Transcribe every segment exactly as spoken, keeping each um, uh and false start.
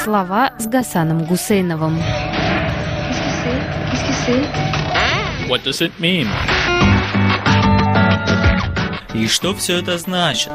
Слова с Гасаном Гусейновым. What does it mean? И что все это значит?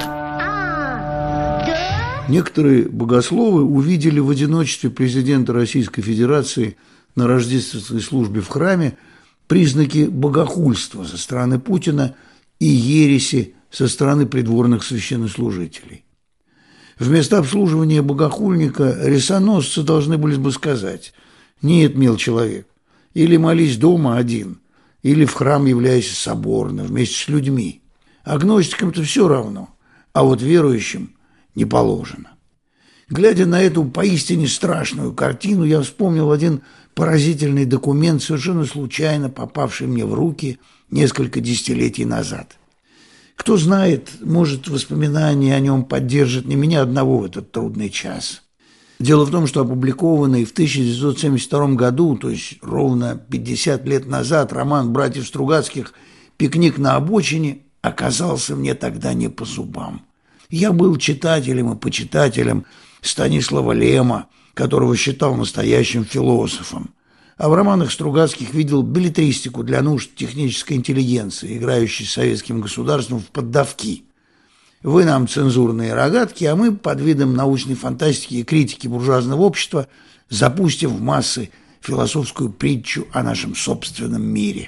Некоторые богословы увидели в одиночестве президента Российской Федерации на рождественской службе в храме признаки богохульства со стороны Путина и ереси со стороны придворных священнослужителей. Вместо обслуживания богохульника рисоносцы должны были бы сказать: «Нет, мил человек, или молись дома один, или в храм являйся соборно вместе с людьми. Агностикам-то все равно, а вот верующим не положено». Глядя на эту поистине страшную картину, я вспомнил один поразительный документ, совершенно случайно попавший мне в руки несколько десятилетий назад. Кто знает, может, воспоминания о нем поддержат не меня одного в этот трудный час. Дело в том, что опубликованный в тысяча девятьсот семьдесят втором году, то есть ровно пятьдесят лет назад, роман братьев Стругацких «Пикник на обочине» оказался мне тогда не по зубам. Я был читателем и почитателем Станислава Лема, которого считал настоящим философом, а в романах Стругацких видел беллетристику для нужд технической интеллигенции, играющей с советским государством в поддавки. Вы нам цензурные рогатки, а мы под видом научной фантастики и критики буржуазного общества запустим в массы философскую притчу о нашем собственном мире.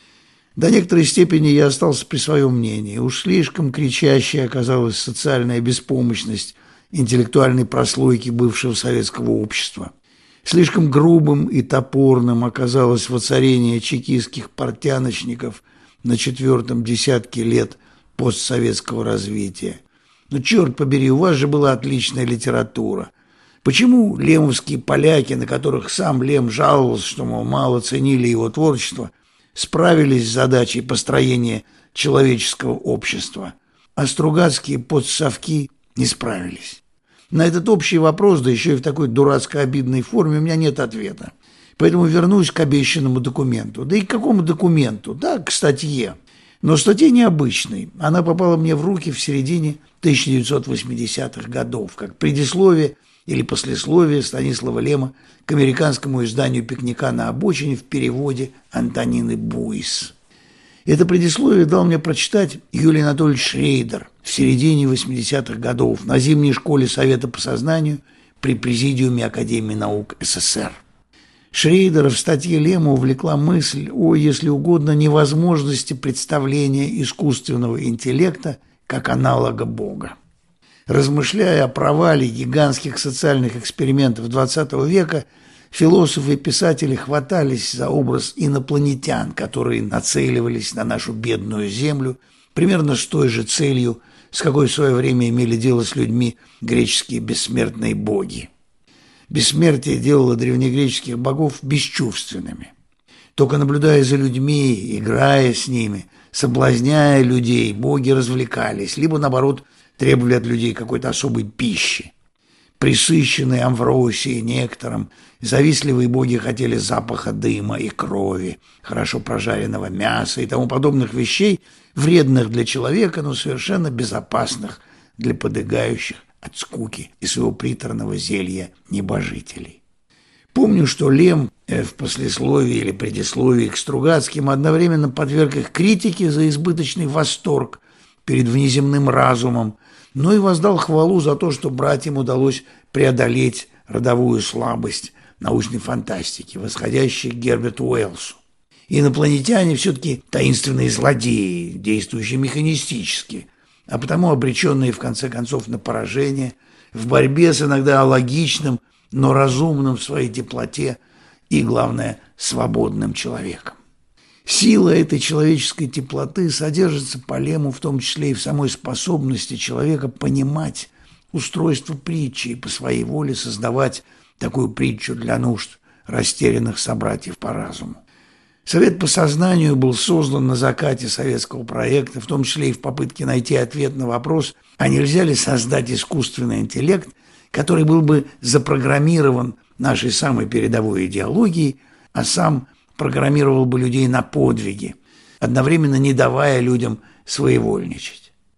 До некоторой степени я остался при своем мнении. Уж слишком кричащей оказалась социальная беспомощность интеллектуальной прослойки бывшего советского общества. Слишком грубым и топорным оказалось воцарение чекистских портяночников на четвертом десятке лет постсоветского развития. Но, черт побери, у вас же была отличная литература. Почему лемовские поляки, на которых сам Лем жаловался, что, мол, мало ценили его творчество, справились с задачей построения человеческого общества, а Стругацкие подсовки не справились? На этот общий вопрос, да еще и в такой дурацко-обидной форме, у меня нет ответа. Поэтому вернусь к обещанному документу. Да и к какому документу? Да, к статье. Но статья необычной. Она попала мне в руки в середине тысяча девятьсот восьмидесятых годов, как предисловие или послесловие Станислава Лема к американскому изданию «Пикника на обочине» в переводе Антонины Буис. Это предисловие дал мне прочитать Юлий Анатольевич Шрейдер в середине восьмидесятых годов на зимней школе Совета по сознанию при Президиуме Академии наук СССР. Шрейдера в статье Лема увлекла мысль о, если угодно, невозможности представления искусственного интеллекта как аналога Бога. Размышляя о провале гигантских социальных экспериментов двадцатого века, философы и писатели хватались за образ инопланетян, которые нацеливались на нашу бедную землю примерно с той же целью, с какой в свое время имели дело с людьми греческие бессмертные боги. Бессмертие делало древнегреческих богов бесчувственными. Только наблюдая за людьми, играя с ними, соблазняя людей, боги развлекались, либо, наоборот, требовали от людей какой-то особой пищи. Присыщенные амвросией, нектаром, завистливые боги хотели запаха дыма и крови, хорошо прожаренного мяса и тому подобных вещей, вредных для человека, но совершенно безопасных для подыгающих от скуки и своего приторного зелья небожителей. Помню, что Лем в послесловии или предисловии к Стругацким одновременно подверг их критике за избыточный восторг перед внеземным разумом, но и воздал хвалу за то, что братьям удалось преодолеть родовую слабость научной фантастики, восходящей к Герберту Уэллсу. Инопланетяне все-таки таинственные злодеи, действующие механистически, а потому обреченные в конце концов на поражение в борьбе с иногда алогичным, но разумным в своей теплоте и, главное, свободным человеком. Сила этой человеческой теплоты содержится по Лему в том числе и в самой способности человека понимать устройство притчи и по своей воле создавать такую притчу для нужд растерянных собратьев по разуму. Совет по сознанию был создан на закате советского проекта, в том числе и в попытке найти ответ на вопрос, а нельзя ли создать искусственный интеллект, который был бы запрограммирован нашей самой передовой идеологией, а сам программировал бы людей на подвиги, одновременно не давая людям своевольничать.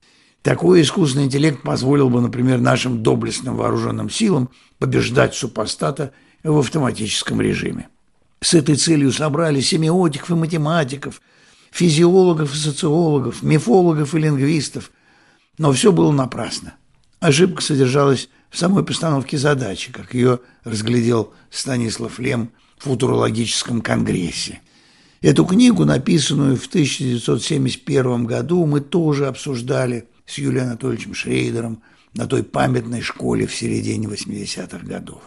Такой искусственный интеллект позволил бы, например, нашим доблестным вооруженным силам побеждать супостата в автоматическом режиме. С этой целью собрали семиотиков и математиков, физиологов и социологов, мифологов и лингвистов. Но все было напрасно. Ошибка содержалась в самой постановке задачи, как ее разглядел Станислав Лем в футурологическом конгрессе. Эту книгу, написанную в тысяча девятьсот семьдесят первом году, мы тоже обсуждали с Юлием Анатольевичем Шрейдером на той памятной школе в середине восьмидесятых годов.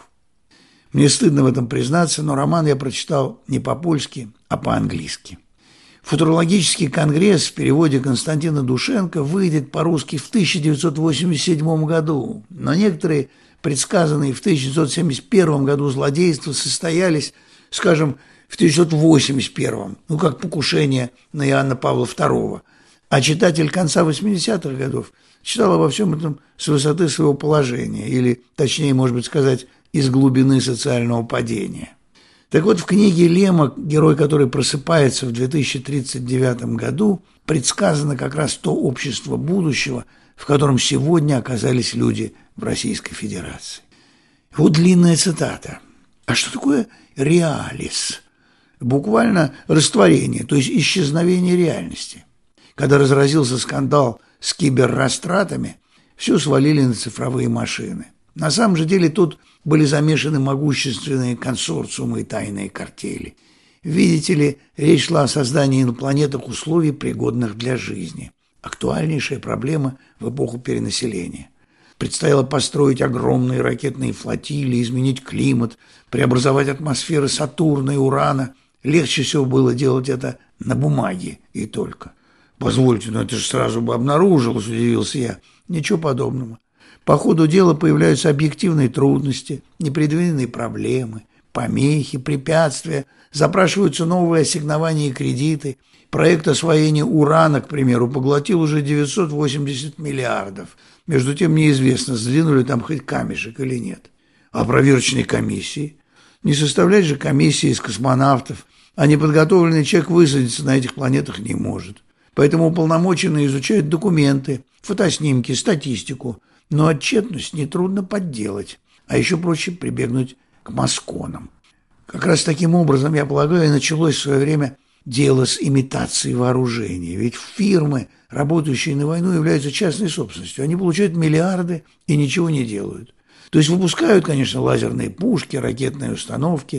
Мне стыдно в этом признаться, но роман я прочитал не по-польски, а по-английски. Футурологический конгресс в переводе Константина Душенко выйдет по-русски в тысяча девятьсот восемьдесят седьмом году, но некоторые предсказанные в тысяча девятьсот семьдесят первом году злодейства состоялись, скажем, в тысяча девятьсот восемьдесят первом, ну как покушение на Иоанна Павла второго, а читатель конца восьмидесятых годов читал обо всем этом с высоты своего положения, или, точнее, может быть сказать, из глубины социального падения. Так вот, в книге Лема, герой, который просыпается в две тысячи тридцать девятом году, предсказано как раз то общество будущего, в котором сегодня оказались люди в Российской Федерации. Вот длинная цитата. А что такое реалис? Буквально растворение, то есть исчезновение реальности. Когда разразился скандал с киберрастратами, все свалили на цифровые машины. На самом же деле тут были замешаны могущественные консорциумы и тайные картели. Видите ли, речь шла о создании на планетах условий, пригодных для жизни. Актуальнейшая проблема в эпоху перенаселения. Предстояло построить огромные ракетные флотилии, изменить климат, преобразовать атмосферы Сатурна и Урана. Легче всего было делать это на бумаге и только. «Позвольте, но это же сразу бы обнаружилось», – удивился я. Ничего подобного. По ходу дела появляются объективные трудности, непредвиденные проблемы, помехи, препятствия, запрашиваются новые ассигнования и кредиты. Проект освоения урана, к примеру, поглотил уже девятьсот восемьдесят миллиардов. Между тем неизвестно, сдвинули там хоть камешек или нет. А проверочной комиссии? Не составлять же комиссии из космонавтов, а неподготовленный человек высадиться на этих планетах не может. Поэтому уполномоченные изучают документы, фотоснимки, статистику. Но отчетность нетрудно подделать, а еще проще прибегнуть к масконам. Как раз таким образом, я полагаю, и началось в свое время дело с имитацией вооружения. Ведь фирмы, работающие на войну, являются частной собственностью. Они получают миллиарды и ничего не делают. То есть выпускают, конечно, лазерные пушки, ракетные установки,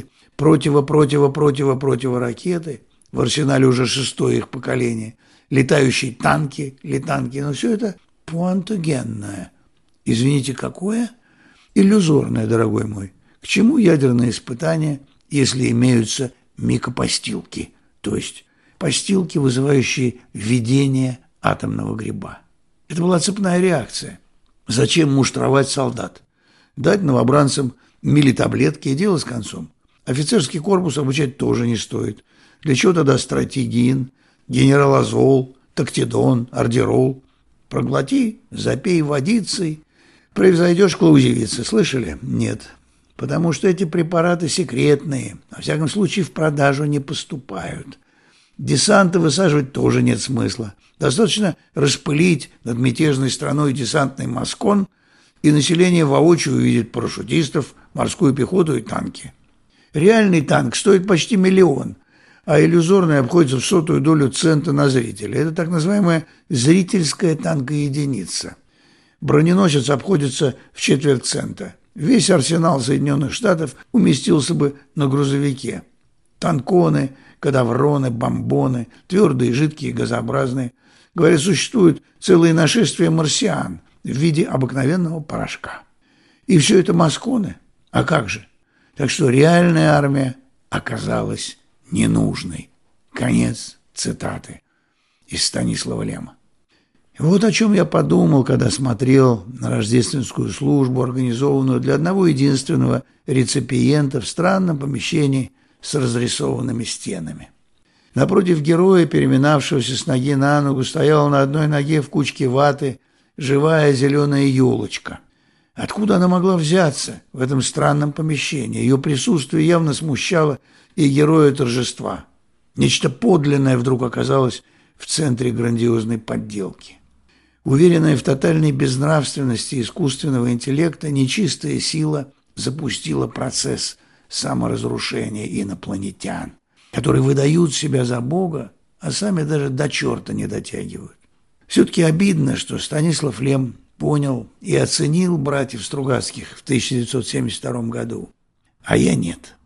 противо-противо-противо-противоракеты. В арсенале уже шестое их поколение. Летающие танки, летанки. Но все это пуантогенное. Извините, какое? Иллюзорное, дорогой мой. К чему ядерные испытания, если имеются микропостилки, то есть постилки, вызывающие введение атомного гриба? Это была цепная реакция. Зачем муштровать солдат? Дать новобранцам милитаблетки и дело с концом. Офицерский корпус обучать тоже не стоит. Для чего тогда стратегин, генералазол, тактидон, ордерол? Проглоти, запей водицей. Превзойдешь клаузевицы, слышали? Нет, потому что эти препараты секретные, во всяком случае в продажу не поступают. Десанты высаживать тоже нет смысла. Достаточно распылить над мятежной страной десантный маскон, и население воочию увидит парашютистов, морскую пехоту и танки. Реальный танк стоит почти миллион, а иллюзорный обходится в сотую долю цента на зрителя. Это так называемая зрительская танкоединица. Броненосец обходится в четверть цента. Весь арсенал Соединенных Штатов уместился бы на грузовике. Танконы, кадавроны, бомбоны, твердые, жидкие, газообразные. Говорят, существует целые нашествия марсиан в виде обыкновенного порошка. И все это масконы. А как же? Так что реальная армия оказалась ненужной. Конец цитаты из Станислава Лема. Вот о чем я подумал, когда смотрел на рождественскую службу, организованную для одного единственного реципиента в странном помещении с разрисованными стенами. Напротив героя, переминавшегося с ноги на ногу, стояла на одной ноге в кучке ваты живая зеленая елочка. Откуда она могла взяться в этом странном помещении? Ее присутствие явно смущало и героя торжества. Нечто подлинное вдруг оказалось в центре грандиозной подделки. Уверенная в тотальной безнравственности искусственного интеллекта, нечистая сила запустила процесс саморазрушения инопланетян, которые выдают себя за Бога, а сами даже до черта не дотягивают. Все-таки обидно, что Станислав Лем понял и оценил братьев Стругацких в тысяча девятьсот семьдесят втором году, а я нет.